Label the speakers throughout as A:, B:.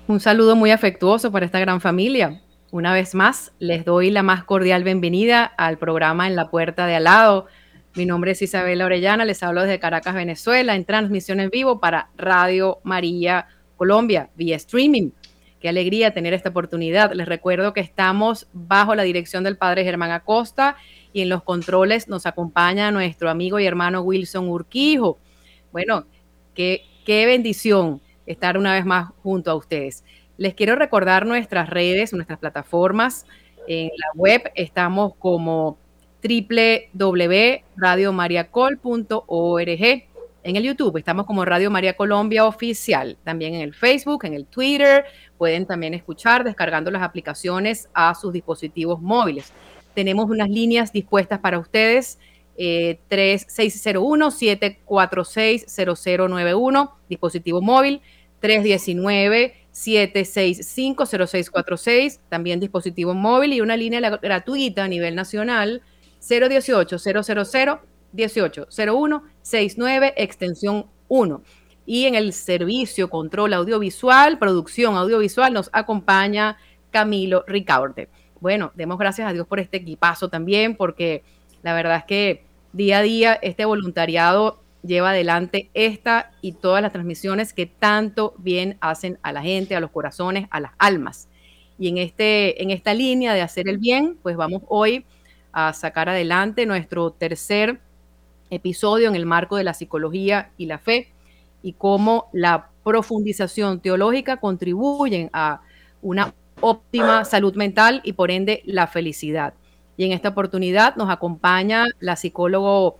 A: Un saludo muy afectuoso para esta gran familia. Una vez más, les doy la más cordial bienvenida al programa En la Puerta de Al lado. Mi nombre es Isabela Orellana, les hablo desde Caracas, Venezuela, en transmisión en vivo para Radio María Colombia, vía streaming. Qué alegría tener esta oportunidad. Les recuerdo que estamos bajo la dirección del padre Germán Acosta y en los controles nos acompaña nuestro amigo y hermano Wilson Urquijo. Bueno, qué bendición estar una vez más junto a ustedes. Les quiero recordar nuestras redes, nuestras plataformas. En la web estamos como www.radiomariacol.org. En el YouTube estamos como Radio María Colombia Oficial. También en el Facebook, en el Twitter. Pueden también escuchar descargando las aplicaciones a sus dispositivos móviles. Tenemos unas líneas dispuestas para ustedes. 3601-746-0091, dispositivo móvil, 319-765-0646, también dispositivo móvil, y una línea gratuita a nivel nacional, 018-000-1801-69, extensión 1. Y en el servicio control audiovisual, producción audiovisual, nos acompaña Camilo Ricaurte. Bueno, demos gracias a Dios por este equipazo también, porque la verdad es que día a día este voluntariado lleva adelante esta y todas las transmisiones que tanto bien hacen a la gente, a los corazones, a las almas. Y en esta línea de hacer el bien, pues vamos hoy a sacar adelante nuestro tercer episodio en el marco de la psicología y la fe y cómo la profundización teológica contribuyen a una óptima salud mental y por ende la felicidad. Y en esta oportunidad nos acompaña la psicóloga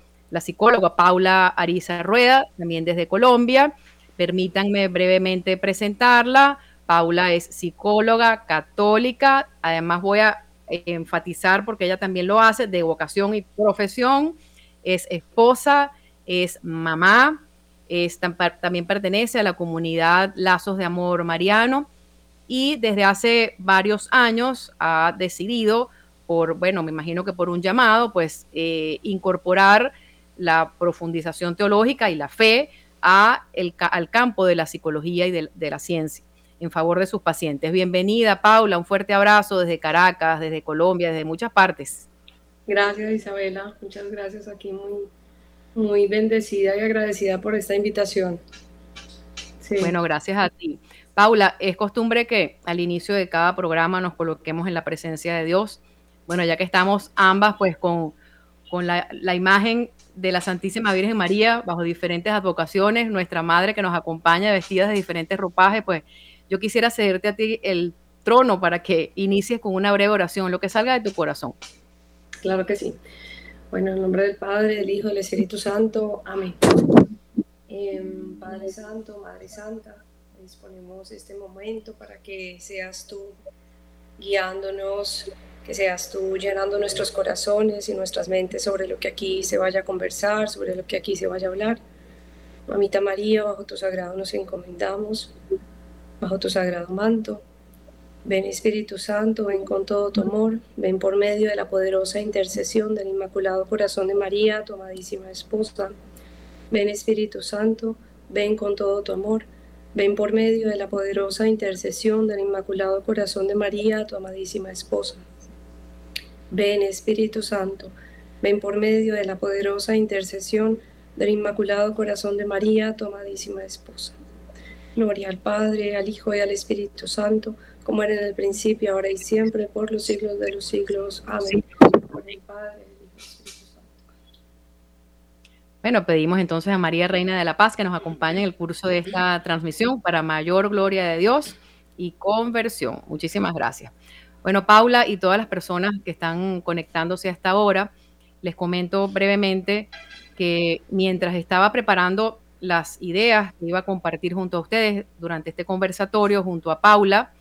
A: Paula Ariza Rueda, también desde Colombia. Permítanme brevemente presentarla. Paula es psicóloga católica. Además voy a enfatizar, porque ella también lo hace, de vocación y profesión. Es esposa, es mamá, también pertenece a la comunidad Lazos de Amor Mariano y desde hace varios años ha decidido me imagino que por un llamado, pues incorporar la profundización teológica y la fe al campo de la psicología y de la ciencia en favor de sus pacientes. Bienvenida, Paula, un fuerte abrazo desde Caracas, desde Colombia, desde muchas partes.
B: Gracias, Isabela, muchas gracias, aquí muy bendecida y agradecida por esta invitación.
A: Sí. Bueno, gracias a ti. Paula, es costumbre que al inicio de cada programa nos coloquemos en la presencia de Dios. Bueno, ya que estamos ambas pues con la imagen de la Santísima Virgen María bajo diferentes advocaciones, nuestra madre que nos acompaña vestida de diferentes ropajes, pues yo quisiera cederte a ti el trono para que inicies con una breve oración, lo que salga de tu corazón.
B: Claro que sí. Bueno, en nombre del Padre, del Hijo y del Espíritu Santo. Amén. Padre Santo, Madre Santa, disponemos este momento para que seas tú guiándonos, que seas tú llenando nuestros corazones y nuestras mentes sobre lo que aquí se vaya a conversar, sobre lo que aquí se vaya a hablar. Mamita María, bajo tu sagrado nos encomendamos, bajo tu sagrado manto. Ven Espíritu Santo, ven con todo tu amor, ven por medio de la poderosa intercesión del Inmaculado Corazón de María, tu amadísima esposa. Ven Espíritu Santo, ven con todo tu amor, ven por medio de la poderosa intercesión del Inmaculado Corazón de María, tu amadísima esposa. Ven Espíritu Santo, ven por medio de la poderosa intercesión del Inmaculado Corazón de María, tu amadísima esposa. Gloria al Padre, al Hijo y al Espíritu Santo, como era en el principio, ahora y siempre, por los siglos de los siglos. Amén. Gloria al Padre, al Hijo y al Espíritu Santo.
A: Bueno, pedimos entonces a María Reina de la Paz que nos acompañe en el curso de esta transmisión para mayor gloria de Dios y conversión. Muchísimas gracias. Bueno, Paula y todas las personas que están conectándose a esta hora, les comento brevemente que mientras estaba preparando las ideas que iba a compartir junto a ustedes durante este conversatorio junto a Paula,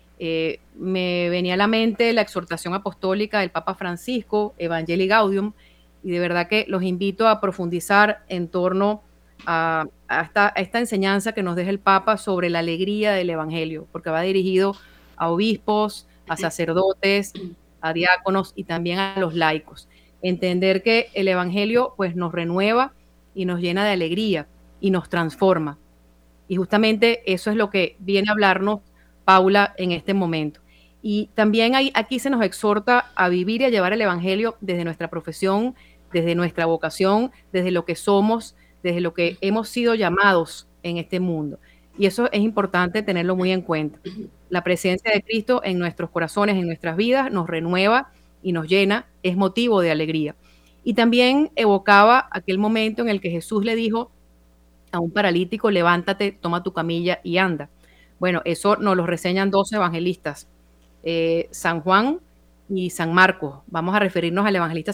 A: me venía a la mente la exhortación apostólica del Papa Francisco, Evangelii Gaudium, y de verdad que los invito a profundizar en torno a esta enseñanza que nos deja el Papa sobre la alegría del Evangelio, porque va dirigido a obispos, a sacerdotes, a diáconos y también a los laicos. Entender que el Evangelio pues nos renueva y nos llena de alegría y nos transforma. Y justamente eso es lo que viene a hablarnos Paula en este momento. Y también aquí se nos exhorta a vivir y a llevar el evangelio desde nuestra profesión, desde nuestra vocación, desde lo que somos, desde lo que hemos sido llamados en este mundo. Y eso es importante tenerlo muy en cuenta. La presencia de Cristo en nuestros corazones, en nuestras vidas, nos renueva y nos llena, es motivo de alegría. Y también evocaba aquel momento en el que Jesús le dijo a un paralítico: levántate, toma tu camilla y anda. Bueno, eso nos lo reseñan dos evangelistas, San Juan y San Marcos. Vamos a referirnos al evangelista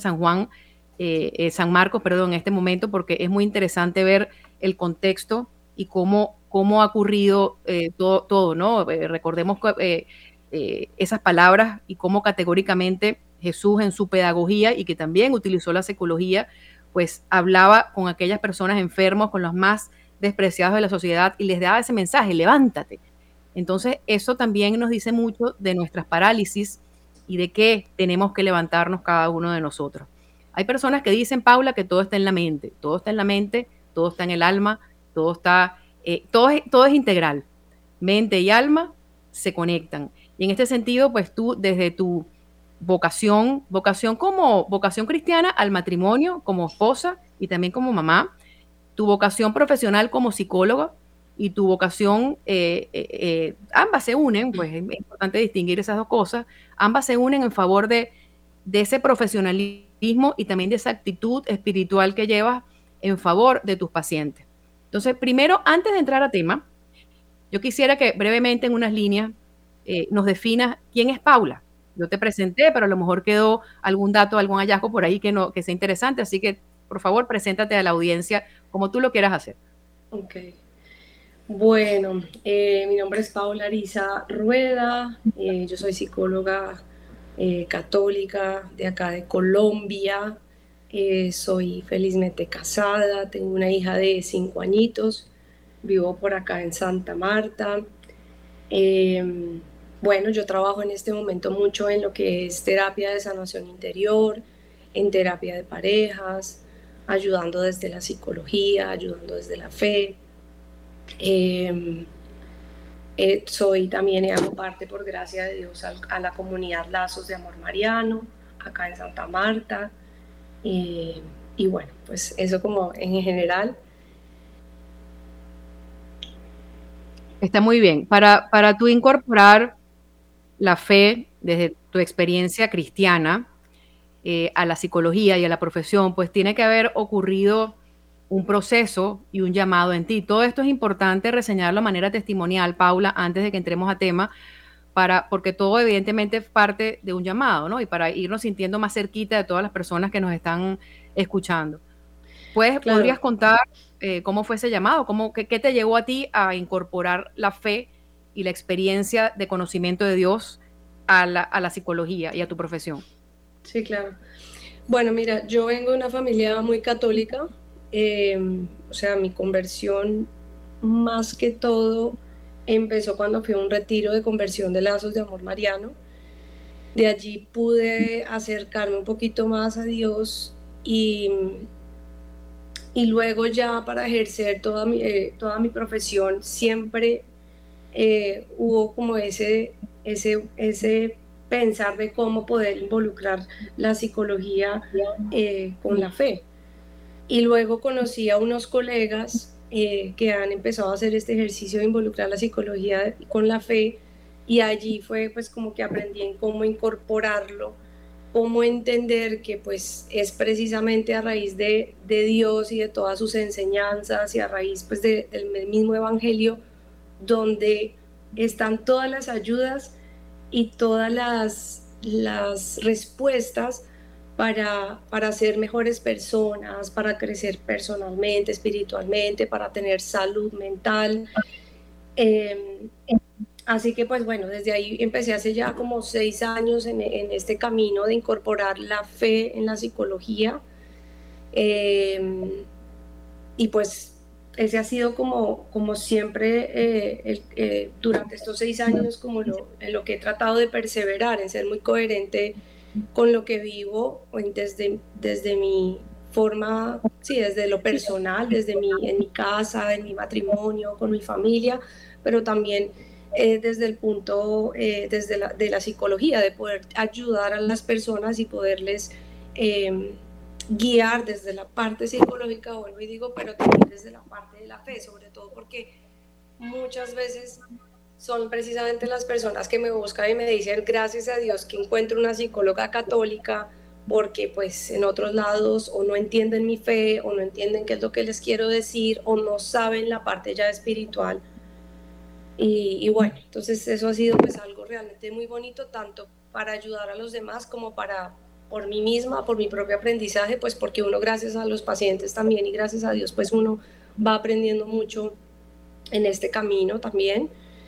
A: San Marcos, perdón, en este momento, porque es muy interesante ver el contexto y cómo ha ocurrido todo, ¿no? Recordemos esas palabras y cómo categóricamente Jesús, en su pedagogía, y que también utilizó la psicología, pues hablaba con aquellas personas enfermos, con los más despreciados de la sociedad, y les daba ese mensaje: levántate. Entonces, eso también nos dice mucho de nuestras parálisis y de que tenemos que levantarnos cada uno de nosotros. Hay personas que dicen, Paula, que todo está en la mente, todo está en la mente, todo está en el alma, todo es integral. Mente y alma se conectan. Y en este sentido, pues tú, desde tu vocación como vocación cristiana al matrimonio, como esposa y también como mamá, tu vocación profesional como psicóloga y tu vocación, ambas se unen, pues es importante distinguir esas dos cosas, ambas se unen en favor de ese profesionalismo y también de esa actitud espiritual que llevas en favor de tus pacientes. Entonces, primero, antes de entrar a tema, yo quisiera que brevemente en unas líneas nos definas quién es Paula. Yo te presenté, pero a lo mejor quedó algún dato, algún hallazgo por ahí que sea interesante, así que por favor, preséntate a la audiencia como tú lo quieras hacer.
B: Ok. Bueno, mi nombre es Paula Ariza Rueda, yo soy psicóloga católica de acá de Colombia, soy felizmente casada, tengo una hija de 5 añitos, vivo por acá en Santa Marta. Bueno, yo trabajo en este momento mucho en lo que es terapia de sanación interior, en terapia de parejas, ayudando desde la psicología, ayudando desde la fe. Soy también, hago parte, por gracia de Dios, a la comunidad Lazos de Amor Mariano, acá en Santa Marta. Y bueno, pues eso como en general.
A: Está muy bien. Para tú incorporar la fe desde tu experiencia cristiana a la psicología y a la profesión, pues tiene que haber ocurrido un proceso y un llamado en ti. Todo esto es importante reseñarlo de manera testimonial, Paula, antes de que entremos a tema, porque todo evidentemente es parte de un llamado, ¿no? Y para irnos sintiendo más cerquita de todas las personas que nos están escuchando. Claro. ¿Podrías contar cómo fue ese llamado? ¿Qué te llevó a ti a incorporar la fe y la experiencia de conocimiento de Dios a la psicología y a tu profesión?
B: Sí, claro. Bueno, mira, yo vengo de una familia muy católica, o sea, mi conversión más que todo empezó cuando fui a un retiro de conversión de Lazos de Amor Mariano. De allí pude acercarme un poquito más a Dios y luego ya para ejercer toda mi profesión siempre hubo como ese pensar de cómo poder involucrar la psicología con la fe. Y luego conocí a unos colegas que han empezado a hacer este ejercicio de involucrar la psicología con la fe, y allí fue pues como que aprendí en cómo incorporarlo, cómo entender que pues es precisamente a raíz de Dios y de todas sus enseñanzas y a raíz pues del mismo evangelio donde están todas las ayudas y todas las respuestas para ser mejores personas, para crecer personalmente, espiritualmente, para tener salud mental. Así que pues bueno, desde ahí empecé hace ya como 6 años en este camino de incorporar la fe en la psicología. Y pues ese ha sido como siempre durante estos 6 años como en lo que he tratado de perseverar, en ser muy coherente con lo que vivo desde mi forma, sí, desde lo personal, en mi casa, en mi matrimonio, con mi familia, pero también desde el punto de la psicología, de poder ayudar a las personas y poderles guiar desde la parte psicológica, vuelvo y digo, pero también desde la parte de la fe, sobre todo porque muchas veces son precisamente las personas que me buscan y me dicen, gracias a Dios que encuentro una psicóloga católica, porque pues en otros lados o no entienden mi fe o no entienden qué es lo que les quiero decir o no saben la parte ya espiritual. Y bueno, entonces eso ha sido pues algo realmente muy bonito, tanto para ayudar a los demás como por mí misma, por mi propio aprendizaje, pues porque uno gracias a los pacientes también y gracias a Dios pues uno va aprendiendo mucho en este camino también.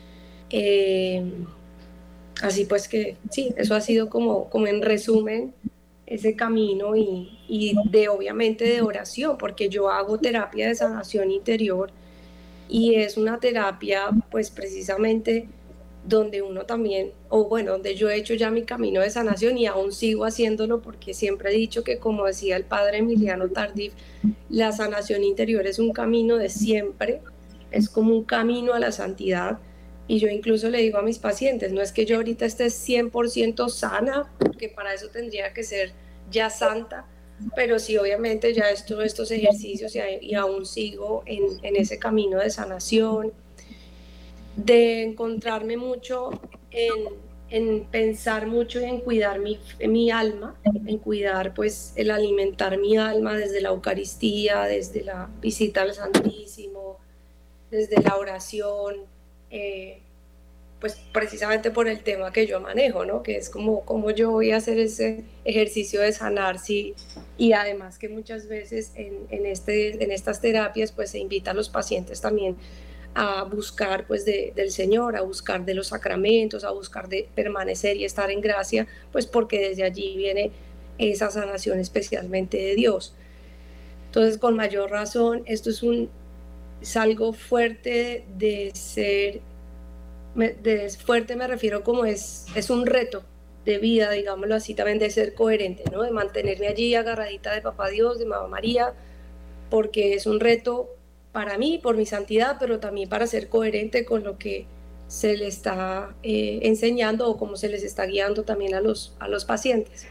B: Así pues que sí, eso ha sido como en resumen ese camino y de obviamente de oración, porque yo hago terapia de sanación interior y es una terapia pues precisamente donde uno también, o bueno, donde yo he hecho ya mi camino de sanación y aún sigo haciéndolo porque siempre he dicho que como decía el padre Emiliano Tardif, la sanación interior es un camino de siempre, es como un camino a la santidad. Y yo incluso le digo a mis pacientes, no es que yo ahorita esté 100% sana, porque para eso tendría que ser ya santa, pero sí obviamente ya estos ejercicios y aún sigo en ese camino de sanación, de encontrarme mucho en pensar mucho y en cuidar mi alma, en cuidar pues el alimentar mi alma desde la Eucaristía, desde la visita al Santísimo, desde la oración, pues precisamente por el tema que yo manejo, ¿no? Que es como yo voy a hacer ese ejercicio de sanar, sí, y además que muchas veces en estas terapias pues se invita a los pacientes también a buscar pues del Señor, a buscar de los sacramentos, a buscar de permanecer y estar en gracia, pues porque desde allí viene esa sanación especialmente de Dios. Entonces, con mayor razón, esto es algo fuerte de ser, fuerte me refiero como es un reto de vida, digámoslo así, también de ser coherente, ¿no? De mantenerme allí agarradita de Papá Dios, de Mamá María, porque es un reto para mí, por mi santidad, pero también para ser coherente con lo que se le está enseñando o cómo se les está guiando también a los pacientes.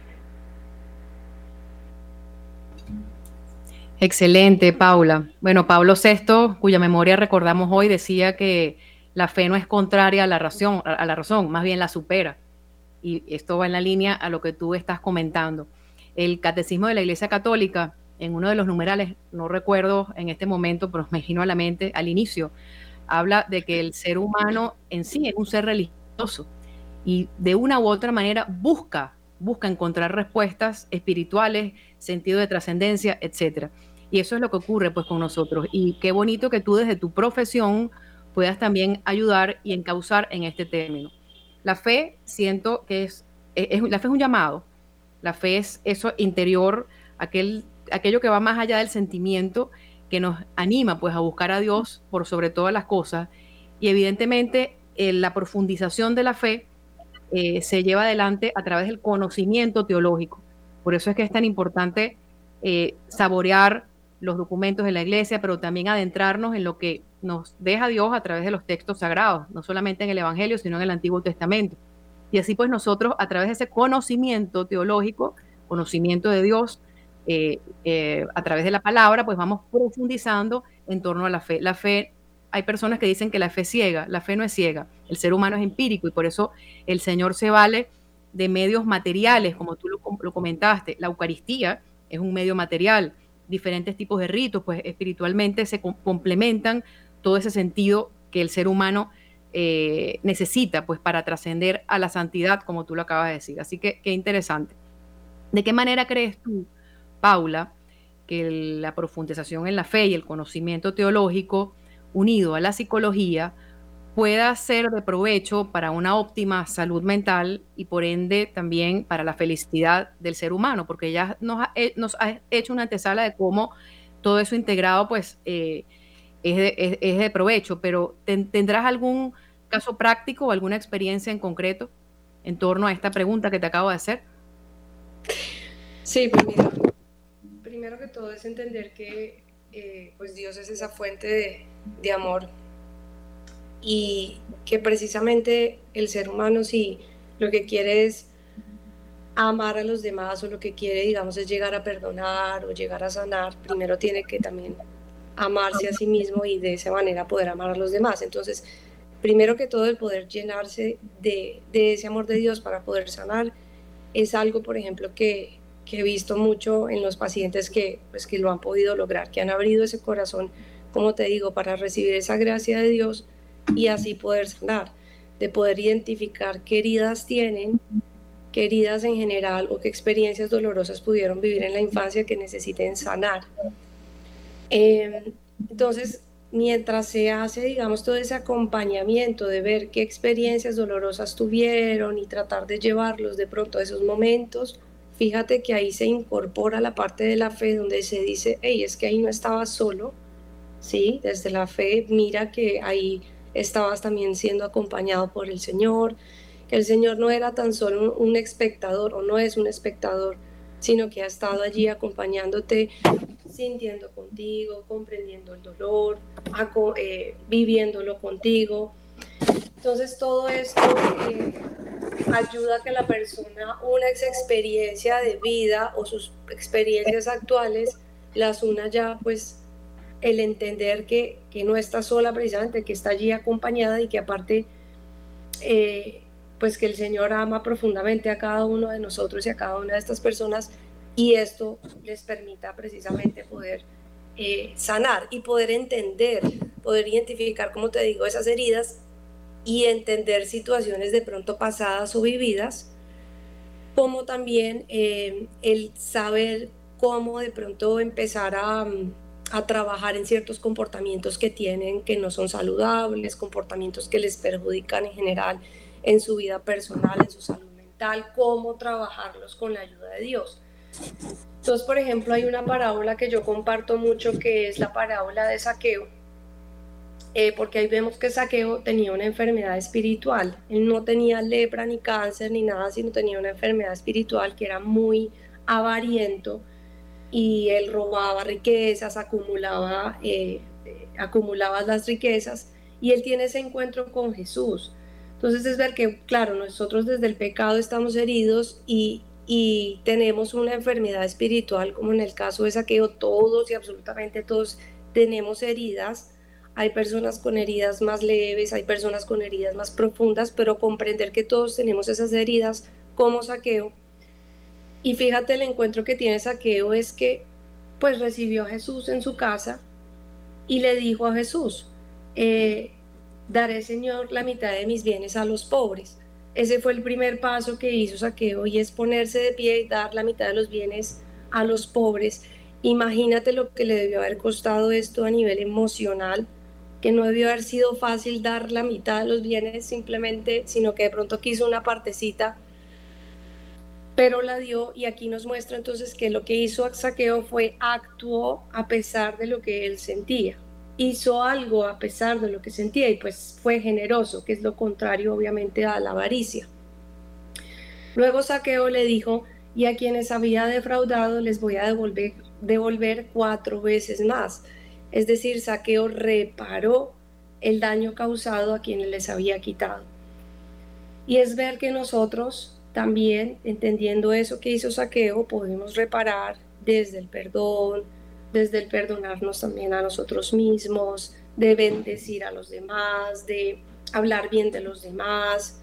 A: Excelente, Paula. Bueno, Pablo VI, cuya memoria recordamos hoy, decía que la fe no es contraria a la razón, más bien la supera. Y esto va en la línea a lo que tú estás comentando. El Catecismo de la Iglesia Católica, en uno de los numerales, no recuerdo en este momento, pero me imagino a la mente, al inicio, habla de que el ser humano en sí es un ser religioso y de una u otra manera busca encontrar respuestas espirituales, sentido de trascendencia, etcétera. Y eso es lo que ocurre pues con nosotros. Y qué bonito que tú desde tu profesión puedas también ayudar y encauzar en este término. La fe, siento que la fe es un llamado. La fe es eso interior, aquello que va más allá del sentimiento, que nos anima pues a buscar a Dios por sobre todas las cosas. Y evidentemente la profundización de la fe se lleva adelante a través del conocimiento teológico. Por eso es que es tan importante saborear los documentos de la iglesia, pero también adentrarnos en lo que nos deja Dios a través de los textos sagrados, no solamente en el Evangelio, sino en el Antiguo Testamento. Y así pues nosotros, a través de ese conocimiento teológico, conocimiento de Dios, a través de la palabra, pues vamos profundizando en torno a la fe. La fe, hay personas que dicen que la fe es ciega, la fe no es ciega, el ser humano es empírico y por eso el Señor se vale de medios materiales, como tú lo comentaste. La Eucaristía es un medio material, diferentes tipos de ritos, pues espiritualmente se complementan todo ese sentido que el ser humano necesita pues para trascender a la santidad, como tú lo acabas de decir. Así que qué interesante. ¿De qué manera crees tú, Paula, que la profundización en la fe y el conocimiento teológico unido a la psicología pueda ser de provecho para una óptima salud mental y por ende también para la felicidad del ser humano? Porque ya nos ha hecho una antesala de cómo todo eso integrado pues es de provecho, pero ¿tendrás algún caso práctico o alguna experiencia en concreto en torno a esta pregunta que te acabo de hacer?
B: Sí, pues mira, primero que todo es entender que pues Dios es esa fuente de amor y que precisamente el ser humano, si lo que quiere es amar a los demás o lo que quiere, digamos, es llegar a perdonar o llegar a sanar, primero tiene que también amarse a sí mismo y de esa manera poder amar a los demás. Entonces, primero que todo, el poder llenarse de ese amor de Dios para poder sanar es algo, por ejemplo, que he visto mucho en los pacientes que, pues, que lo han podido lograr, que han abrido ese corazón, como te digo, para recibir esa gracia de Dios y así poder sanar, de poder identificar qué heridas tienen, qué heridas en general o qué experiencias dolorosas pudieron vivir en la infancia que necesiten sanar. Entonces, mientras se hace, digamos, todo ese acompañamiento de ver qué experiencias dolorosas tuvieron y tratar de llevarlos de pronto a esos momentos, fíjate que ahí se incorpora la parte de la fe donde se dice, hey, es que ahí no estabas solo, ¿sí? Desde la fe, mira que ahí estabas también siendo acompañado por el Señor, que el Señor no era tan solo un espectador o no es un espectador, sino que ha estado allí acompañándote, sintiendo contigo, comprendiendo el dolor, viviéndolo contigo. Entonces todo esto ayuda a que la persona una esa experiencia de vida o sus experiencias actuales las una ya, pues el entender que no está sola precisamente, que está allí acompañada y que aparte pues que el Señor ama profundamente a cada uno de nosotros y a cada una de estas personas, y esto les permita precisamente poder sanar y poder entender, poder identificar, como te digo, esas heridas y entender situaciones de pronto pasadas o vividas, como también el saber cómo de pronto empezar a trabajar en ciertos comportamientos que tienen, que no son saludables, comportamientos que les perjudican en general en su vida personal, en su salud mental, cómo trabajarlos con la ayuda de Dios. Entonces, por ejemplo, hay una parábola que yo comparto mucho, que es la parábola de Zaqueo, porque ahí vemos que Zaqueo tenía una enfermedad espiritual. Él no tenía lepra ni cáncer ni nada, sino tenía una enfermedad espiritual que era muy avariento, y él robaba riquezas, acumulaba las riquezas, y él tiene ese encuentro con Jesús. Entonces es ver que, claro, nosotros desde el pecado estamos heridos y tenemos una enfermedad espiritual, como en el caso de Zaqueo, todos y absolutamente todos tenemos heridas. Hay personas con heridas más leves, hay personas con heridas más profundas, pero comprender que todos tenemos esas heridas como Zaqueo. Y fíjate, el encuentro que tiene Zaqueo es que pues recibió a Jesús en su casa y le dijo a Jesús, daré, Señor, la mitad de mis bienes a los pobres. Ese fue el primer paso que hizo Zaqueo, y es ponerse de pie y dar la mitad de los bienes a los pobres. Imagínate lo que le debió haber costado esto a nivel emocional, que no debió haber sido fácil dar la mitad de los bienes simplemente, sino que de pronto quiso una partecita, pero la dio. Y aquí nos muestra entonces que lo que hizo Zaqueo fue actuó a pesar de lo que él sentía, hizo algo a pesar de lo que sentía, y pues fue generoso, que es lo contrario obviamente a la avaricia. Luego Zaqueo le dijo, y a quienes había defraudado les voy a devolver 4 veces más. Es decir, Zaqueo reparó el daño causado a quienes les había quitado. Y es ver que nosotros también, entendiendo eso que hizo Zaqueo, podemos reparar desde el perdón, desde el perdonarnos también a nosotros mismos, de bendecir a los demás, de hablar bien de los demás.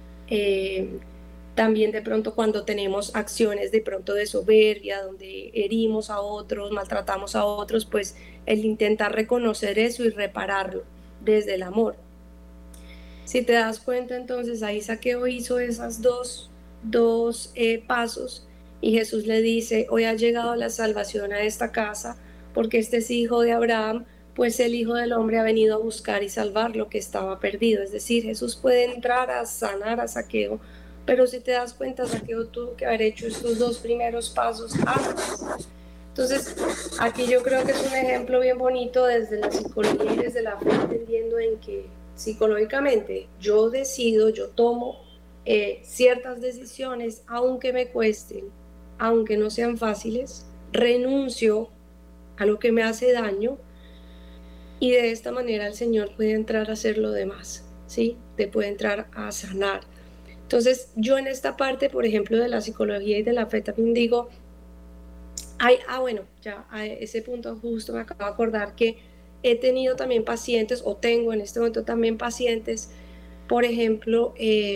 B: También de pronto cuando tenemos acciones de pronto de soberbia, donde herimos a otros, maltratamos a otros, pues el intentar reconocer eso y repararlo desde el amor. Si te das cuenta, entonces ahí Zaqueo hizo esas dos pasos, y Jesús le dice, hoy ha llegado la salvación a esta casa, porque este es hijo de Abraham, pues el Hijo del Hombre ha venido a buscar y salvar lo que estaba perdido. Es decir, Jesús puede entrar a sanar a Zaqueo, pero si te das cuenta, Zaqueo tuvo que haber hecho estos 2 primeros pasos antes. Entonces, aquí yo creo que es un ejemplo bien bonito desde la psicología y desde la fe, entendiendo en que psicológicamente yo decido, yo tomo ciertas decisiones, aunque me cuesten, aunque no sean fáciles, renuncio a lo que me hace daño, y de esta manera el Señor puede entrar a hacer lo demás, ¿sí? Te puede entrar a sanar. Entonces, yo en esta parte, por ejemplo, de la psicología y de la fe también digo, bueno, ya a ese punto justo me acabo de acordar que he tenido también pacientes, o tengo en este momento también pacientes, por ejemplo,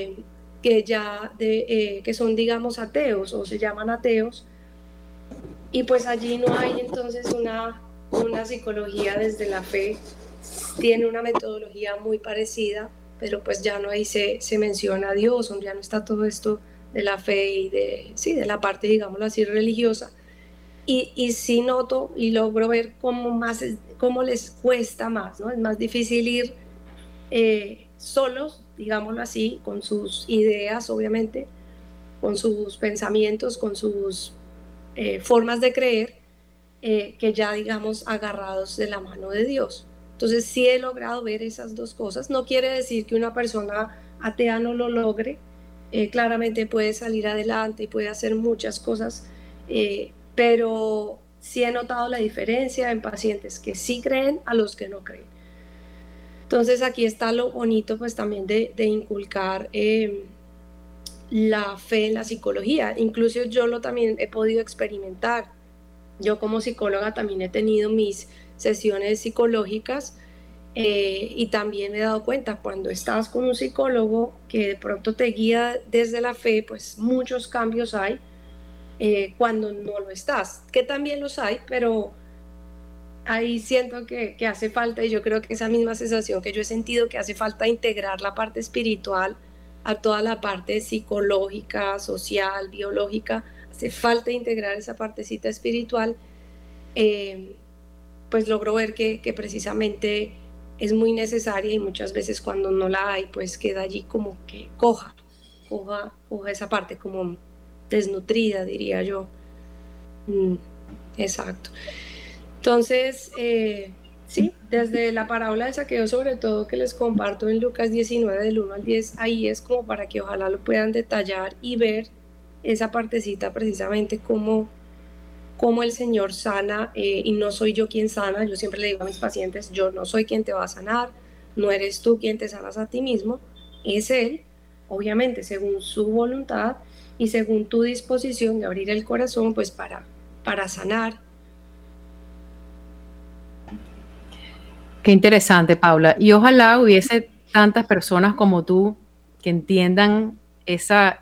B: que son, digamos, ateos o se llaman ateos, y pues allí no hay entonces una psicología desde la fe, tiene una metodología muy parecida, pero pues ya no ahí se menciona a Dios, ya no está todo esto de la fe y de la parte, digámoslo así, religiosa. Y sí noto y logro ver cómo les cuesta más, ¿no? Es más difícil ir solos, digámoslo así, con sus ideas, obviamente, con sus pensamientos, con sus formas de creer, que ya, digamos, agarrados de la mano de Dios. Entonces sí he logrado ver esas dos cosas. No quiere decir que una persona atea no lo logre. Claramente puede salir adelante y puede hacer muchas cosas, pero sí he notado la diferencia en pacientes que sí creen a los que no creen. Entonces aquí está lo bonito pues también de inculcar la fe en la psicología. Incluso yo lo también he podido experimentar. Yo como psicóloga también he tenido mis sesiones psicológicas, y también me he dado cuenta cuando estás con un psicólogo que de pronto te guía desde la fe, pues muchos cambios hay, cuando no lo estás, que también los hay, pero ahí siento que hace falta, y yo creo que esa misma sensación que yo he sentido, que hace falta integrar la parte espiritual a toda la parte psicológica, social, biológica, hace falta integrar esa partecita espiritual, pues logro ver que precisamente es muy necesaria, y muchas veces cuando no la hay, pues queda allí como que coja esa parte como desnutrida, diría yo. Exacto. Entonces, sí, desde la parábola de Zaqueo, sobre todo, que les comparto en Lucas 19, del 1 al 10, ahí es como para que ojalá lo puedan detallar y ver esa partecita precisamente como el Señor sana, y no soy yo quien sana. Yo siempre le digo a mis pacientes, yo no soy quien te va a sanar, no eres tú quien te sanas a ti mismo, es Él, obviamente, según su voluntad y según tu disposición de abrir el corazón, pues para sanar.
A: Qué interesante, Paula. Y ojalá hubiese tantas personas como tú que entiendan esa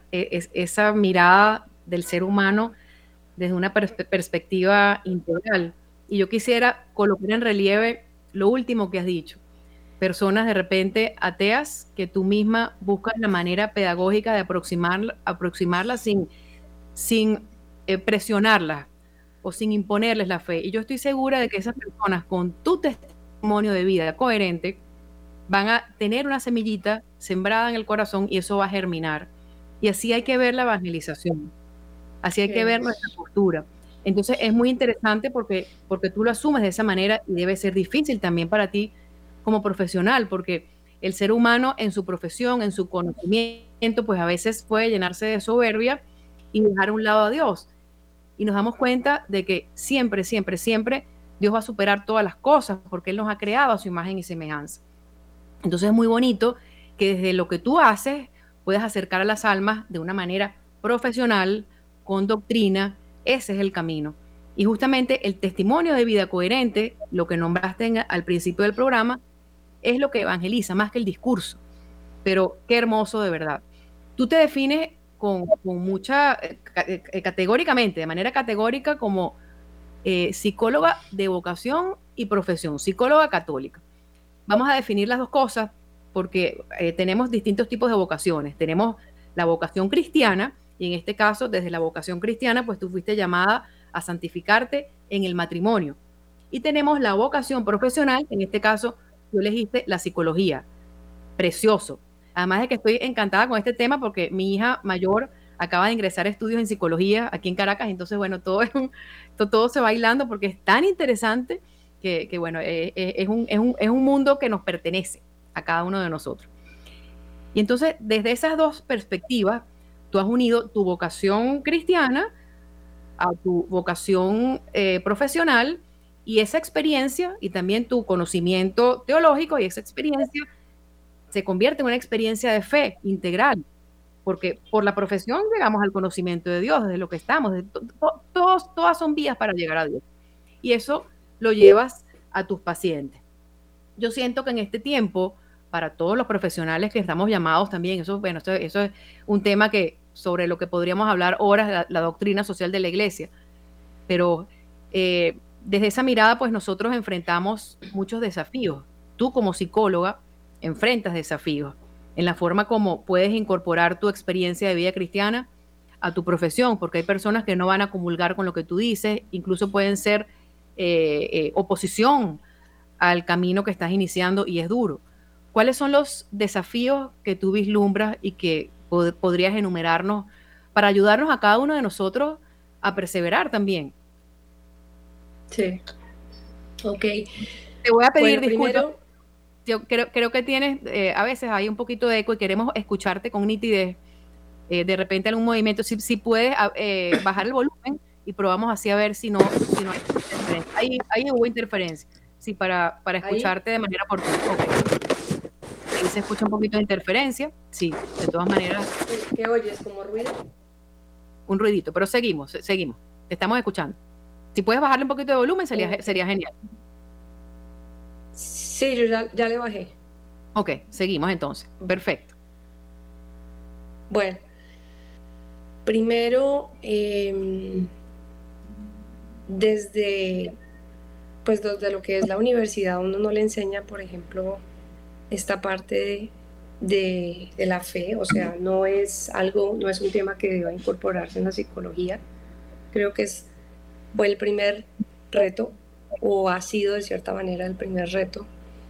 A: mirada del ser humano desde una perspectiva integral. Y yo quisiera colocar en relieve lo último que has dicho. Personas de repente ateas que tú misma buscas la manera pedagógica de aproximarla sin presionarlas o sin imponerles la fe. Y yo estoy segura de que esas personas, con tu testimonio de vida coherente, van a tener una semillita sembrada en el corazón y eso va a germinar. Y así hay que ver la evangelización. Así hay que ver nuestra postura. Entonces es muy interesante porque tú lo asumes de esa manera, y debe ser difícil también para ti como profesional, porque el ser humano en su profesión, en su conocimiento, pues a veces puede llenarse de soberbia y dejar a un lado a Dios. Y nos damos cuenta de que siempre, siempre, siempre Dios va a superar todas las cosas porque Él nos ha creado a su imagen y semejanza. Entonces es muy bonito que desde lo que tú haces puedas acercar a las almas de una manera profesional, con doctrina. Ese es el camino. Y justamente el testimonio de vida coherente, lo que nombraste al principio del programa, es lo que evangeliza más que el discurso. Pero qué hermoso, de verdad. Tú te defines con mucha, categóricamente, de manera categórica, como psicóloga de vocación y profesión, psicóloga católica. Vamos a definir las dos cosas porque tenemos distintos tipos de vocaciones. Tenemos la vocación cristiana, y en este caso, desde la vocación cristiana, pues tú fuiste llamada a santificarte en el matrimonio. Y tenemos la vocación profesional, en este caso, tú elegiste la psicología. Precioso. Además de que estoy encantada con este tema porque mi hija mayor acaba de ingresar a estudios en psicología aquí en Caracas, entonces, bueno, todo se va bailando porque es tan interesante que bueno, es un mundo que nos pertenece a cada uno de nosotros. Y entonces, desde esas dos perspectivas, tú has unido tu vocación cristiana a tu vocación profesional, Y esa experiencia y también tu conocimiento teológico y esa experiencia se convierte en una experiencia de fe integral, porque por la profesión llegamos al conocimiento de Dios, desde lo que estamos, todas son vías para llegar a Dios. Y eso lo llevas a tus pacientes. Yo siento que en este tiempo, para todos los profesionales que estamos llamados también, eso es un tema sobre lo que podríamos hablar horas, la doctrina social de la iglesia, pero desde esa mirada, pues nosotros enfrentamos muchos desafíos. Tú como psicóloga enfrentas desafíos en la forma como puedes incorporar tu experiencia de vida cristiana a tu profesión, porque hay personas que no van a comulgar con lo que tú dices, incluso pueden ser oposición al camino que estás iniciando y es duro. ¿Cuáles son los desafíos que tú vislumbras y que podrías enumerarnos para ayudarnos a cada uno de nosotros a perseverar también?
B: Sí. Ok.
A: Te voy a pedir disculpas.
B: Primero,
A: yo creo que tienes, a veces hay un poquito de eco y queremos escucharte con nitidez. De repente algún movimiento, si puedes bajar el volumen y probamos así a ver si no hay interferencia. Ahí hubo interferencia. Sí, para escucharte de manera oportuna. Okay. Ahí se escucha un poquito de interferencia. Sí, de todas maneras.
B: ¿Qué oyes? ¿Como ruido?
A: Un ruidito, pero seguimos. Te estamos escuchando. Si puedes bajarle un poquito de volumen, sería genial.
B: Sí, yo ya le bajé.
A: Ok, seguimos entonces. Perfecto.
B: Bueno, primero, desde lo que es la universidad, uno no le enseña, por ejemplo, esta parte de la fe, o sea, no es un tema que deba incorporarse en la psicología. Creo que fue el primer reto, o ha sido de cierta manera el primer reto.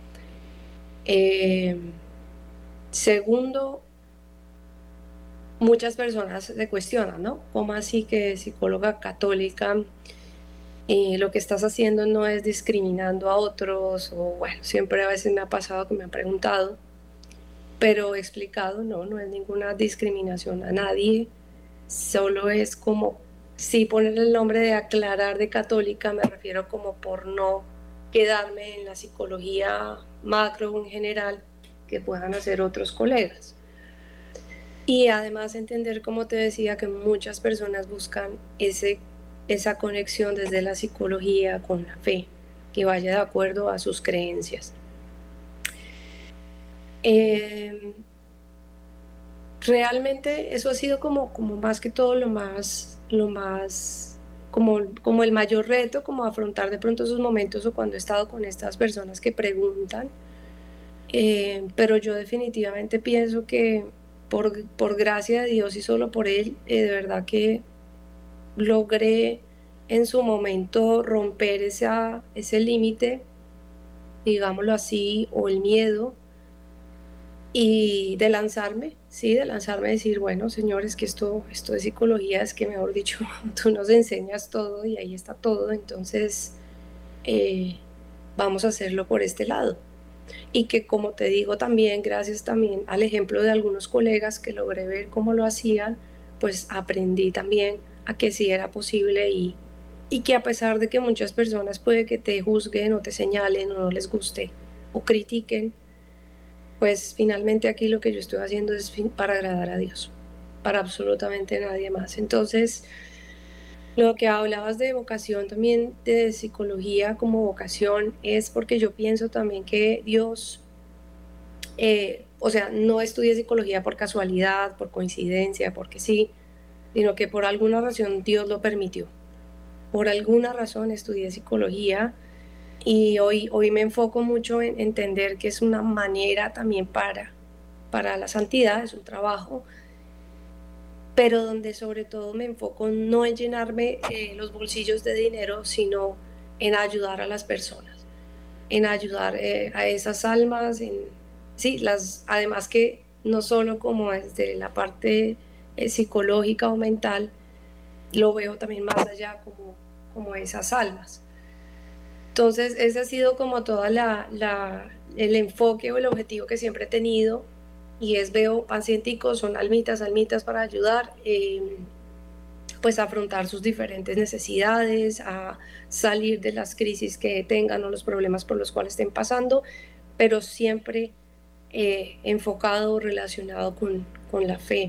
B: Segundo, muchas personas se cuestionan, ¿no? ¿Cómo así que psicóloga católica lo que estás haciendo no es discriminando a otros? O bueno, siempre a veces me ha pasado que me han preguntado, pero he explicado, no es ninguna discriminación a nadie, solo es como, sí poner el nombre de aclarar de católica, me refiero como por no quedarme en la psicología macro en general que puedan hacer otros colegas. Y además entender, como te decía, que muchas personas buscan esa conexión desde la psicología con la fe, que vaya de acuerdo a sus creencias. Realmente eso ha sido como más que todo lo más como el mayor reto, como afrontar de pronto esos momentos o cuando he estado con estas personas que preguntan. Pero yo definitivamente pienso que por gracia de Dios y solo por Él, de verdad que logré en su momento romper ese límite, digámoslo así, o el miedo, y de lanzarme a decir, bueno, señores, que esto de psicología es que, mejor dicho, tú nos enseñas todo y ahí está todo, entonces vamos a hacerlo por este lado. Y que, como te digo, también gracias también al ejemplo de algunos colegas que logré ver cómo lo hacían, pues aprendí también a que sí era posible y que a pesar de que muchas personas puede que te juzguen o te señalen o no les guste o critiquen, pues finalmente aquí lo que yo estoy haciendo es para agradar a Dios, para absolutamente nadie más. Entonces, lo que hablabas de vocación también, de psicología como vocación, es porque yo pienso también que Dios, o sea, no estudié psicología por casualidad, por coincidencia, porque sí, sino que por alguna razón Dios lo permitió. Por alguna razón estudié psicología y hoy me enfoco mucho en entender que es una manera también para la santidad, es un trabajo, pero donde sobre todo me enfoco no en llenarme los bolsillos de dinero, sino en ayudar a las personas, en ayudar a esas almas, además que no solo como desde la parte psicológica o mental, lo veo también más allá como esas almas. Entonces ese ha sido como toda el enfoque o el objetivo que siempre he tenido, y veo pacienticos, son almitas para ayudar, pues afrontar sus diferentes necesidades, a salir de las crisis que tengan o los problemas por los cuales estén pasando, pero siempre enfocado, relacionado con la fe.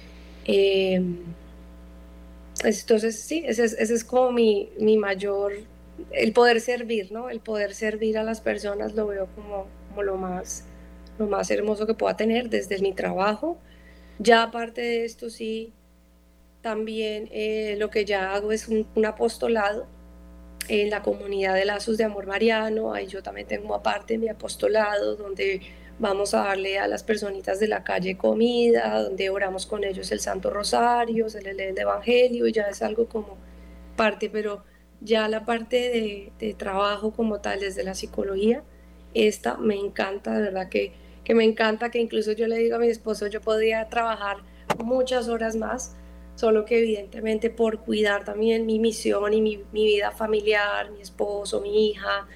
B: Entonces, sí, ese es como mi mayor, el poder servir, ¿no? El poder servir a las personas lo veo como lo más hermoso que pueda tener desde mi trabajo. Ya aparte de esto, sí, también lo que ya hago es un apostolado en la comunidad de Lazos de Amor Mariano. Ahí yo también tengo aparte mi apostolado, donde vamos a darle a las personitas de la calle comida, donde oramos con ellos el Santo Rosario, se les lee el Evangelio, y ya es algo como parte, pero ya la parte de trabajo como tal desde la psicología, esta me encanta, de verdad que me encanta, que incluso yo le digo a mi esposo, yo podría trabajar muchas horas más, solo que evidentemente por cuidar también mi misión y mi vida familiar, mi esposo, mi hija,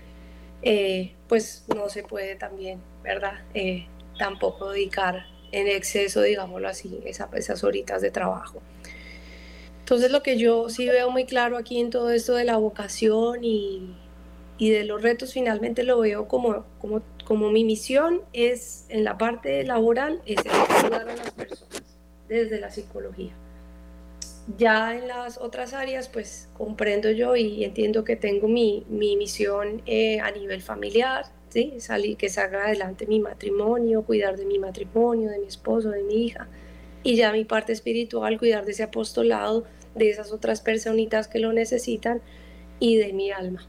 B: pues no se puede también, ¿verdad? Tampoco dedicar en exceso, digámoslo así, esas horitas de trabajo. Entonces lo que yo sí veo muy claro aquí en todo esto de la vocación y de los retos, finalmente lo veo como mi misión es en la parte laboral, es ayudar a las personas desde la psicología. Ya en las otras áreas, pues comprendo yo y entiendo que tengo mi misión a nivel familiar, ¿sí? Que salga adelante mi matrimonio, cuidar de mi matrimonio, de mi esposo, de mi hija, y ya mi parte espiritual, cuidar de ese apostolado, de esas otras personitas que lo necesitan y de mi alma.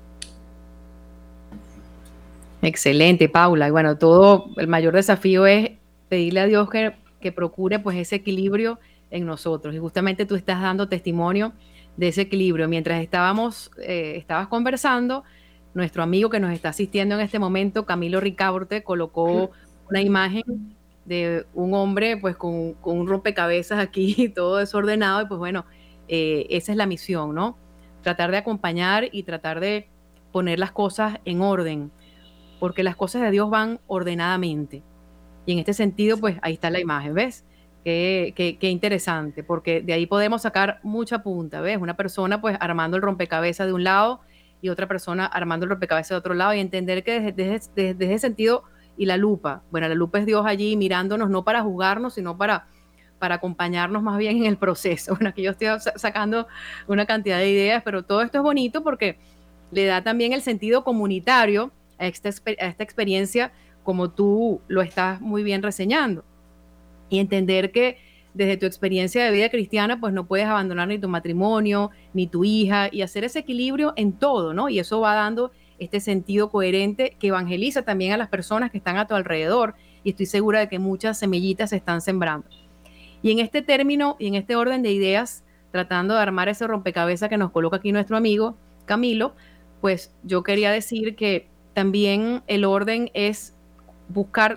A: Excelente, Paula. Y bueno, el mayor desafío es pedirle a Dios que procure pues ese equilibrio en nosotros. Y justamente tú estás dando testimonio de ese equilibrio. Mientras estabas conversando, nuestro amigo que nos está asistiendo en este momento, Camilo Ricaurte, colocó una imagen de un hombre pues con un rompecabezas aquí todo desordenado, y pues bueno, esa es la misión, ¿no? Tratar de acompañar y tratar de poner las cosas en orden, porque las cosas de Dios van ordenadamente. Y en este sentido, pues ahí está la imagen, ¿ves? Qué interesante, porque de ahí podemos sacar mucha punta, ¿ves? Una persona pues armando el rompecabezas de un lado y otra persona armando el rompecabezas de otro lado, y entender que desde ese sentido, y la lupa, bueno, la lupa es Dios allí mirándonos, no para juzgarnos, sino para acompañarnos más bien en el proceso. Bueno, aquí yo estoy sacando una cantidad de ideas, pero todo esto es bonito porque le da también el sentido comunitario a esta experiencia, como tú lo estás muy bien reseñando, y entender que desde tu experiencia de vida cristiana, pues no puedes abandonar ni tu matrimonio, ni tu hija, y hacer ese equilibrio en todo, ¿no? Y eso va dando este sentido coherente que evangeliza también a las personas que están a tu alrededor, y estoy segura de que muchas semillitas se están sembrando. Y en este término y en este orden de ideas, tratando de armar ese rompecabezas que nos coloca aquí nuestro amigo Camilo, pues yo quería decir que también el orden es buscar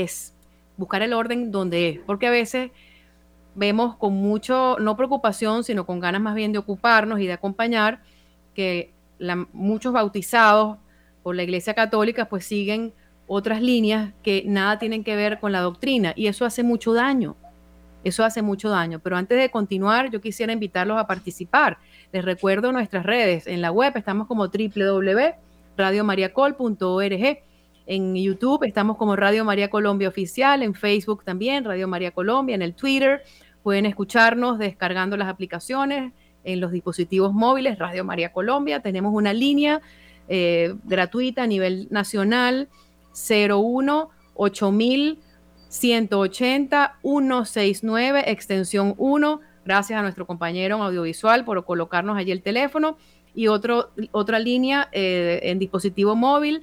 A: el orden donde es, porque a veces vemos con mucho, no preocupación, sino con ganas más bien de ocuparnos y de acompañar, que muchos bautizados por la Iglesia Católica pues siguen otras líneas que nada tienen que ver con la doctrina, y eso hace mucho daño. Eso hace mucho daño. Pero antes de continuar, yo quisiera invitarlos a participar. Les recuerdo nuestras redes. En la web estamos como www.radiomariacol.org. En YouTube estamos como Radio María Colombia Oficial. En Facebook también, Radio María Colombia. En el Twitter pueden escucharnos descargando las aplicaciones en los dispositivos móviles, Radio María Colombia. Tenemos una línea gratuita a nivel nacional, 018000 180-169, extensión 1. Gracias a nuestro compañero en audiovisual por colocarnos allí el teléfono. Y otra línea en dispositivo móvil,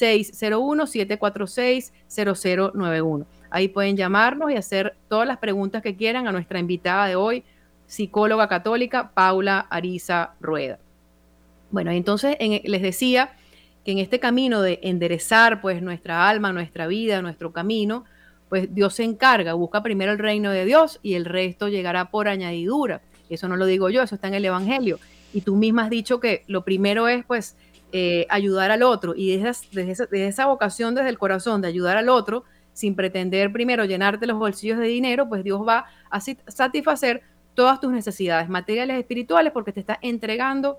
A: 601-746-0091. Ahí pueden llamarnos y hacer todas las preguntas que quieran a nuestra invitada de hoy, psicóloga católica Paula Ariza Rueda. Bueno, entonces les decía que en este camino de enderezar pues nuestra alma, nuestra vida, nuestro camino, pues Dios se encarga, busca primero el reino de Dios y el resto llegará por añadidura. Eso no lo digo yo, eso está en el Evangelio. Y tú misma has dicho que lo primero es pues ayudar al otro, y desde esa vocación, desde el corazón de ayudar al otro, sin pretender primero llenarte los bolsillos de dinero, pues Dios va a satisfacer todas tus necesidades materiales y espirituales, porque te estás entregando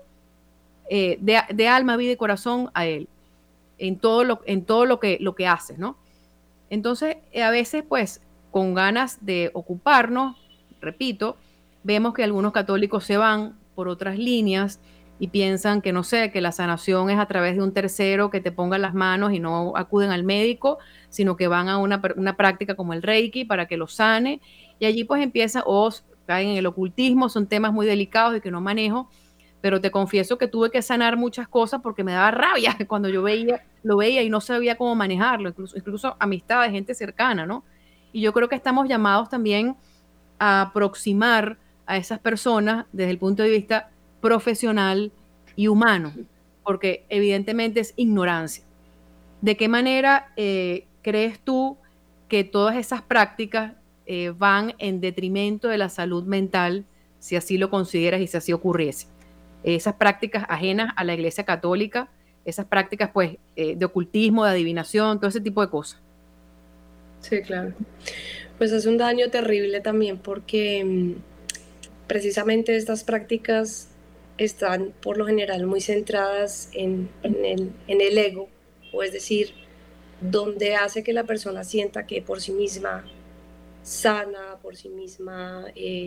A: de alma, vida y corazón a Él, en todo lo que haces, ¿no? Entonces, a veces, pues, con ganas de ocuparnos, repito, vemos que algunos católicos se van por otras líneas y piensan que, no sé, que la sanación es a través de un tercero que te ponga las manos y no acuden al médico, sino que van a una práctica como el Reiki para que los sane, y allí pues empieza, o caen en el ocultismo, son temas muy delicados y que no manejo, pero te confieso que tuve que sanar muchas cosas porque me daba rabia cuando yo lo veía y no sabía cómo manejarlo, incluso amistades, gente cercana, ¿no? Y yo creo que estamos llamados también a aproximar a esas personas desde el punto de vista profesional y humano, porque evidentemente es ignorancia. ¿De qué manera crees tú que todas esas prácticas van en detrimento de la salud mental, si así lo consideras y si así ocurriese? Esas prácticas ajenas a la Iglesia Católica, esas prácticas pues de ocultismo, de adivinación, todo ese tipo de cosas.
B: Sí, claro. Pues es un daño terrible también porque precisamente estas prácticas están por lo general muy centradas en el ego, o es decir, donde hace que la persona sienta que por sí misma sana, por sí misma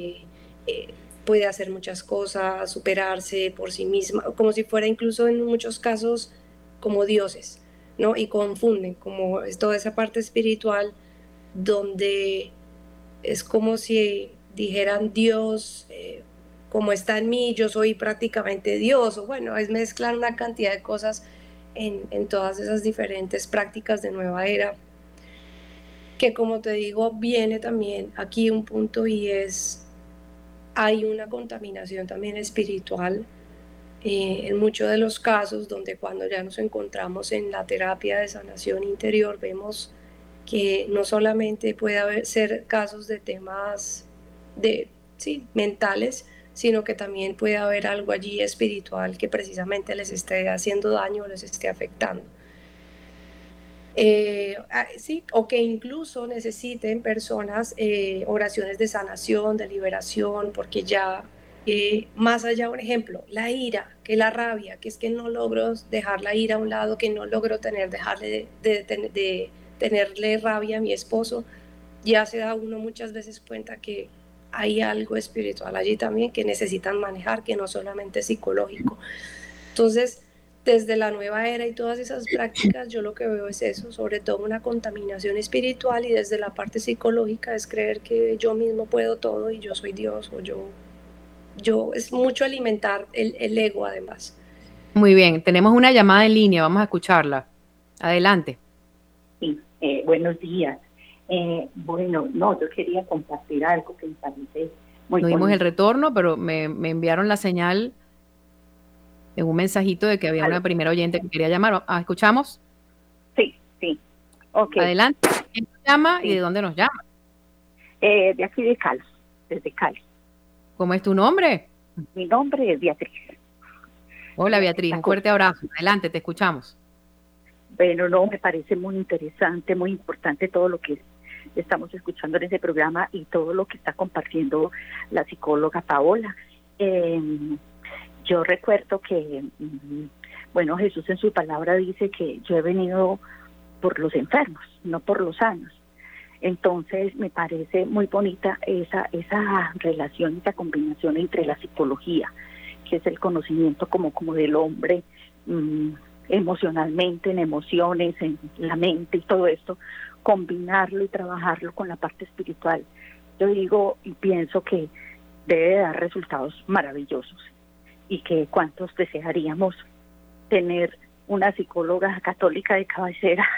B: puede hacer muchas cosas, superarse por sí misma, como si fuera incluso en muchos casos como dioses, ¿no? Y confunden como es toda esa parte espiritual donde es como si dijeran Dios, como está en mí, yo soy prácticamente Dios, o bueno, es mezclar una cantidad de cosas en todas esas diferentes prácticas de nueva era, que como te digo, viene también aquí un punto y es, hay una contaminación también espiritual en muchos de los casos donde cuando ya nos encontramos en la terapia de sanación interior vemos que no solamente puede ser casos de temas sí, mentales, sino que también puede haber algo allí espiritual que precisamente les esté haciendo daño o les esté afectando. Sí, o que incluso necesiten personas oraciones de sanación, de liberación, porque ya más allá, un ejemplo, la ira, que la rabia, que es que no logro dejar la ira a un lado, que no logro dejarle de tenerle rabia a mi esposo, ya se da uno muchas veces cuenta que hay algo espiritual allí también que necesitan manejar, que no solamente es psicológico. Entonces, desde la nueva era y todas esas prácticas, yo lo que veo es eso, sobre todo una contaminación espiritual, y desde la parte psicológica es creer que yo mismo puedo todo y yo soy Dios, o yo es mucho alimentar el ego además.
A: Muy bien, tenemos una llamada en línea, vamos a escucharla. Adelante.
C: Sí, buenos días. Bueno, no, yo quería compartir algo que me parece muy
A: No dimos
C: bonito.
A: el retorno, pero me enviaron la señal en un mensajito de que había una primera oyente que quería llamar. ¿Escuchamos?
C: Sí, ok.
A: Adelante. ¿Quién nos llama
C: Sí.
A: y de dónde nos llama?
C: De aquí de Cali, desde Cali.
A: ¿Cómo es tu nombre?
C: Mi nombre es Beatriz.
A: Hola Beatriz, un fuerte abrazo. Adelante, te escuchamos.
C: Bueno, no, me parece muy interesante, muy importante todo lo que estamos escuchando en ese programa y todo lo que está compartiendo la psicóloga Paola. Yo recuerdo que, bueno, Jesús en su palabra dice que yo he venido por los enfermos, no por los sanos. Entonces me parece muy bonita esa relación, esa combinación entre la psicología, que es el conocimiento como del hombre, emocionalmente, en emociones, en la mente y todo esto, combinarlo y trabajarlo con la parte espiritual. Yo digo y pienso que debe dar resultados maravillosos, y que cuántos desearíamos tener una psicóloga católica de cabecera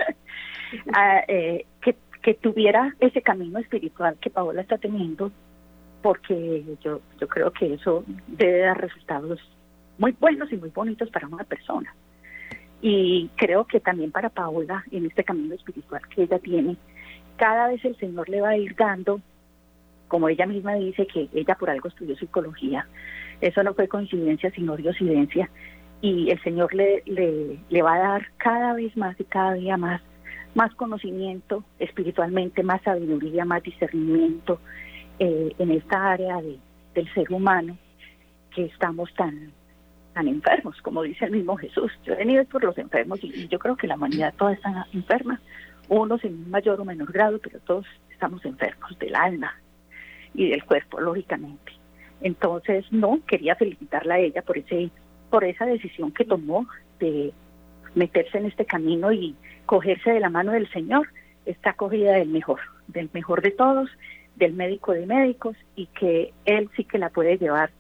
C: que tuviera ese camino espiritual que Paola está teniendo, porque yo creo que eso debe dar resultados muy buenos y muy bonitos para una persona. Y creo que también para Paola, en este camino espiritual que ella tiene, cada vez el Señor le va a ir dando, como ella misma dice, que ella por algo estudió psicología. Eso no fue coincidencia, sino diosidencia. Y el Señor le va a dar cada vez más y cada día más conocimiento espiritualmente, más sabiduría, más discernimiento, en esta área del ser humano, que estamos tan enfermos, como dice el mismo Jesús. Yo he venido por los enfermos y yo creo que la humanidad toda está enferma, unos en mayor o menor grado, pero todos estamos enfermos del alma y del cuerpo, lógicamente. Entonces, quería felicitarla a ella por esa decisión que tomó de meterse en este camino y cogerse de la mano del Señor. Está cogida del mejor de todos, del médico de médicos, y que Él sí que la puede llevar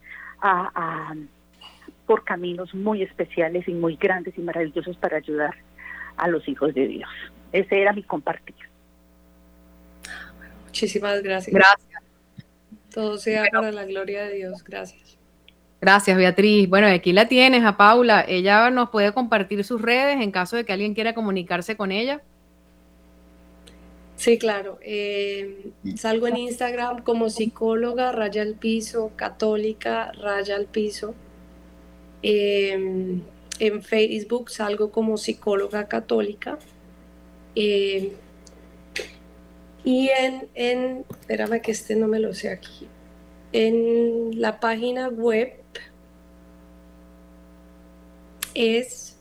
C: por caminos muy especiales y muy grandes y maravillosos para ayudar a los hijos de Dios. Ese era mi compartir.
B: Muchísimas gracias.
A: Gracias.
B: Todo sea para la gloria de Dios. Gracias.
A: Gracias, Beatriz. Bueno, aquí la tienes a Paula. Ella nos puede compartir sus redes en caso de que alguien quiera comunicarse con ella.
B: Sí, claro. Salgo en Instagram como psicóloga católica _. En Facebook salgo como psicóloga católica. Y espérame que no me lo sé aquí. En la página web es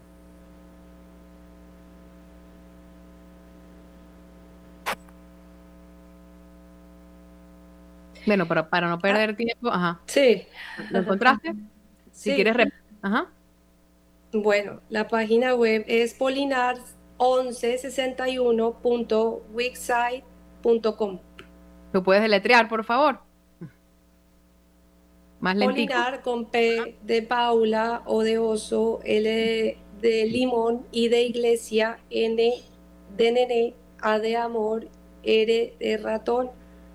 A: bueno, para no perder tiempo, ajá.
B: Sí.
A: ¿Lo encontraste? Si
B: Sí.
A: quieres, ajá.
B: Bueno, la página web es polinar1161.wixsite.com.
A: ¿Lo puedes deletrear, por favor? Más lentico.
B: Polinar con P de Paula, O de oso, L de limón, I de iglesia, N de nene, A de amor, R de ratón,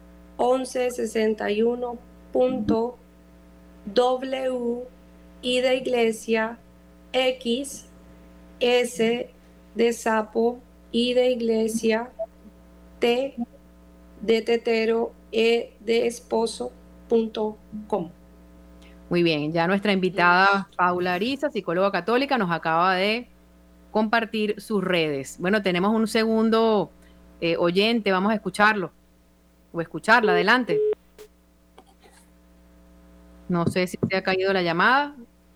B: 1161.w, I de iglesia, X, S de sapo, I de iglesia, T de tetero, E de esposo.com.
A: Muy bien, ya nuestra invitada Paula Ariza, psicóloga católica, nos acaba de compartir sus redes. Bueno, tenemos un segundo oyente, vamos a escucharlo o escucharla, adelante. No sé si se ha caído la llamada.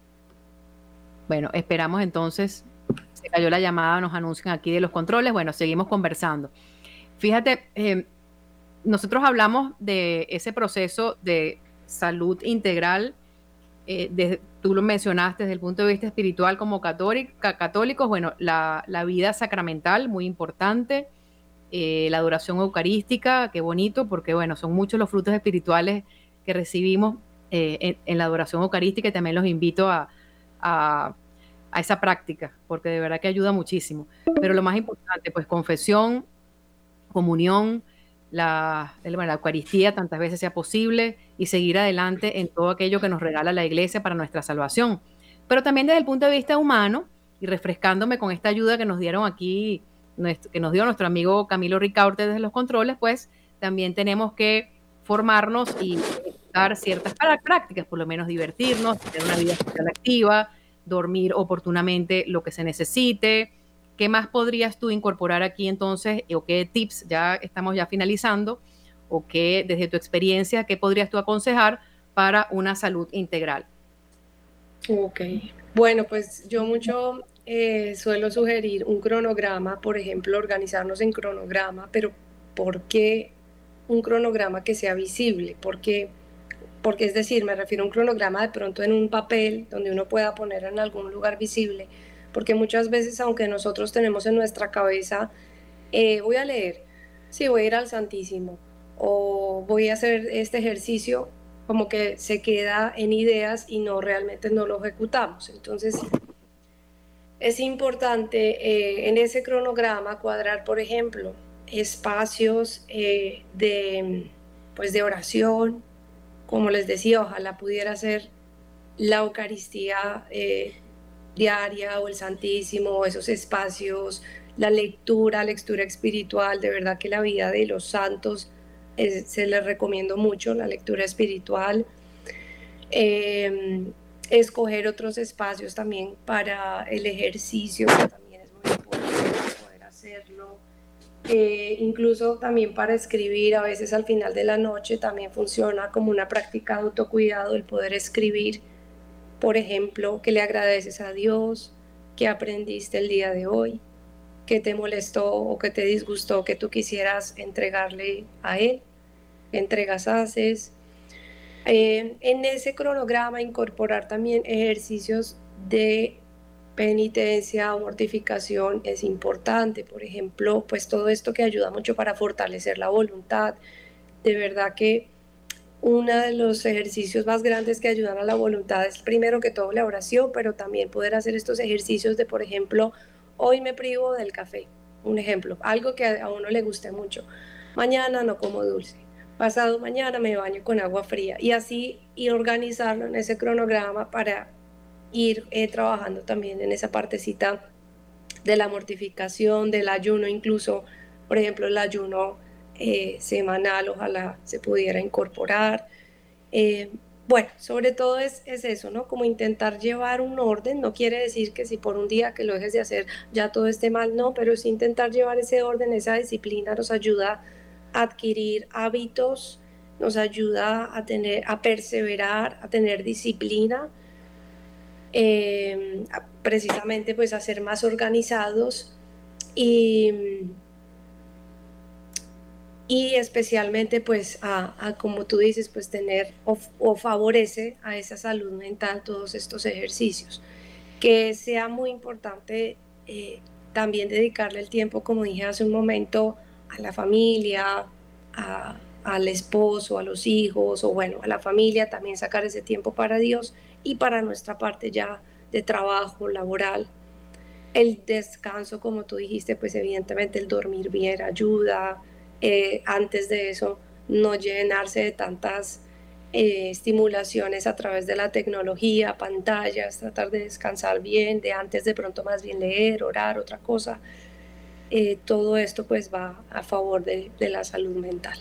A: Bueno, esperamos entonces, se cayó la llamada, nos anuncian aquí de los controles. Bueno, seguimos conversando. Fíjate, nosotros hablamos de ese proceso de salud integral. Tú lo mencionaste desde el punto de vista espiritual como católicos, bueno, la vida sacramental, muy importante, la adoración eucarística, qué bonito, porque bueno, son muchos los frutos espirituales que recibimos en la adoración eucarística, y también los invito a esa práctica, porque de verdad que ayuda muchísimo. Pero lo más importante, pues confesión, comunión, la Eucaristía tantas veces sea posible, y seguir adelante en todo aquello que nos regala la Iglesia para nuestra salvación. Pero también desde el punto de vista humano, y refrescándome con esta ayuda que nos dieron aquí, que nos dio nuestro amigo Camilo Ricaurte desde los controles, pues también tenemos que formarnos y dar ciertas prácticas, por lo menos divertirnos, tener una vida social activa, dormir oportunamente lo que se necesite. ¿Qué más podrías tú incorporar aquí entonces, o qué tips, ya estamos ya finalizando, o qué desde tu experiencia, qué podrías tú aconsejar para una salud integral?
B: Ok, bueno, pues yo mucho suelo sugerir un cronograma, por ejemplo, organizarnos en cronograma, pero ¿por qué un cronograma que sea visible? Porque es decir, me refiero a un cronograma de pronto en un papel donde uno pueda poner en algún lugar visible, porque muchas veces, aunque nosotros tenemos en nuestra cabeza, voy a leer, sí, voy a ir al Santísimo, o voy a hacer este ejercicio, como que se queda en ideas y realmente no lo ejecutamos. Entonces, es importante en ese cronograma cuadrar, por ejemplo, espacios de oración. Como les decía, ojalá pudiera ser la Eucaristía diaria, o el Santísimo, o esos espacios, la lectura espiritual. De verdad que la vida de los santos se les recomiendo mucho, la lectura espiritual. Escoger otros espacios también para el ejercicio, que también es muy importante poder hacerlo. Incluso también para escribir, a veces al final de la noche también funciona como una práctica de autocuidado el poder escribir, por ejemplo, que le agradeces a Dios, que aprendiste el día de hoy, que te molestó o que te disgustó, que tú quisieras entregarle a Él. Entregas haces. En ese cronograma incorporar también ejercicios de penitencia o mortificación es importante. Por ejemplo, pues todo esto que ayuda mucho para fortalecer la voluntad. De verdad que uno de los ejercicios más grandes que ayudan a la voluntad es primero que todo la oración, pero también poder hacer estos ejercicios de, por ejemplo, hoy me privo del café, un ejemplo, algo que a uno le guste mucho. Mañana no como dulce. Pasado mañana me baño con agua fría, y así ir organizarlo en ese cronograma para ir trabajando también en esa partecita de la mortificación, del ayuno, incluso, por ejemplo, el ayuno semanal, ojalá se pudiera incorporar. Bueno, sobre todo es eso, ¿no? Como intentar llevar un orden. No quiere decir que si por un día que lo dejes de hacer ya todo esté mal, no, pero sí intentar llevar ese orden, esa disciplina nos ayuda a adquirir hábitos, nos ayuda a perseverar, a tener disciplina, precisamente pues a ser más organizados y especialmente pues a como tú dices, pues tener o favorece a esa salud mental todos estos ejercicios. Que sea muy importante también dedicarle el tiempo, como dije hace un momento, a la familia, al esposo, a los hijos, o bueno, a la familia, también sacar ese tiempo para Dios y para nuestra parte ya de trabajo, laboral. El descanso, como tú dijiste, pues evidentemente el dormir bien ayuda. Antes de eso, no llenarse de tantas estimulaciones a través de la tecnología, pantallas, tratar de descansar bien, de antes de pronto más bien leer, orar, otra cosa. Todo esto pues va a favor de la salud mental.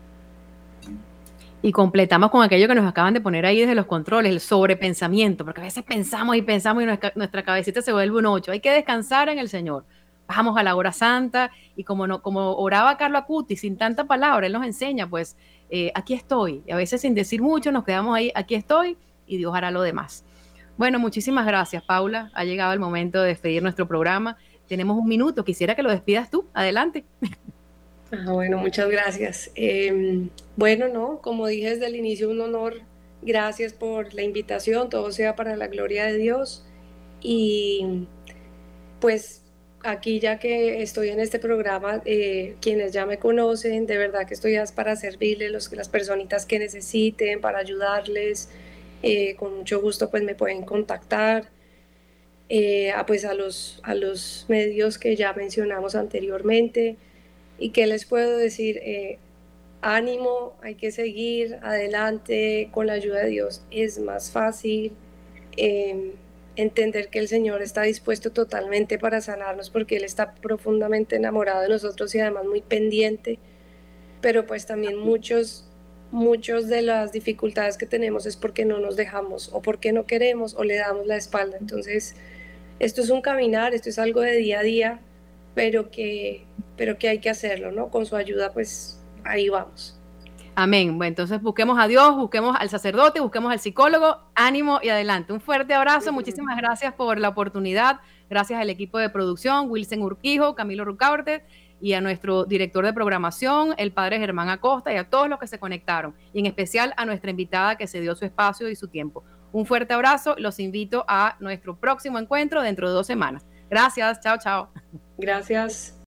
A: Y completamos con aquello que nos acaban de poner ahí desde los controles, el sobrepensamiento, porque a veces pensamos y pensamos y nuestra cabecita se vuelve un 8. Hay que descansar en el Señor. Bajamos a la hora santa y como oraba Carlo Acutis, sin tanta palabra, él nos enseña, pues aquí estoy. Y a veces sin decir mucho nos quedamos ahí, aquí estoy, y Dios hará lo demás. Bueno, muchísimas gracias, Paula. Ha llegado el momento de despedir nuestro programa. Tenemos un minuto, quisiera que lo despidas tú. Adelante.
B: Bueno, muchas gracias. Bueno, no, como dije desde el inicio, un honor. Gracias por la invitación, todo sea para la gloria de Dios. Y pues aquí ya que estoy en este programa, quienes ya me conocen, de verdad que estoy para servirles, las personitas que necesiten, para ayudarles. Con mucho gusto pues me pueden contactar. Pues a los medios que ya mencionamos anteriormente. ¿Y qué les puedo decir? Ánimo, hay que seguir adelante, con la ayuda de Dios es más fácil. Entender que el Señor está dispuesto totalmente para sanarnos, porque Él está profundamente enamorado de nosotros y además muy pendiente. Pero pues también muchos de las dificultades que tenemos es porque no nos dejamos, o porque no queremos, o le damos la espalda. Entonces esto es un caminar, esto es algo de día a día, pero que hay que hacerlo, ¿no? Con su ayuda, pues ahí vamos.
A: Amén. Bueno, entonces busquemos a Dios, busquemos al sacerdote, busquemos al psicólogo. Ánimo y adelante. Un fuerte abrazo. Muchísimas gracias por la oportunidad. Gracias al equipo de producción, Wilson Urquijo, Camilo Ricaurte, y a nuestro director de programación, el padre Germán Acosta, y a todos los que se conectaron. Y en especial a nuestra invitada que se dio su espacio y su tiempo. Un fuerte abrazo. Los invito a nuestro próximo encuentro dentro de 2 semanas. Gracias. Chao, chao.
B: Gracias.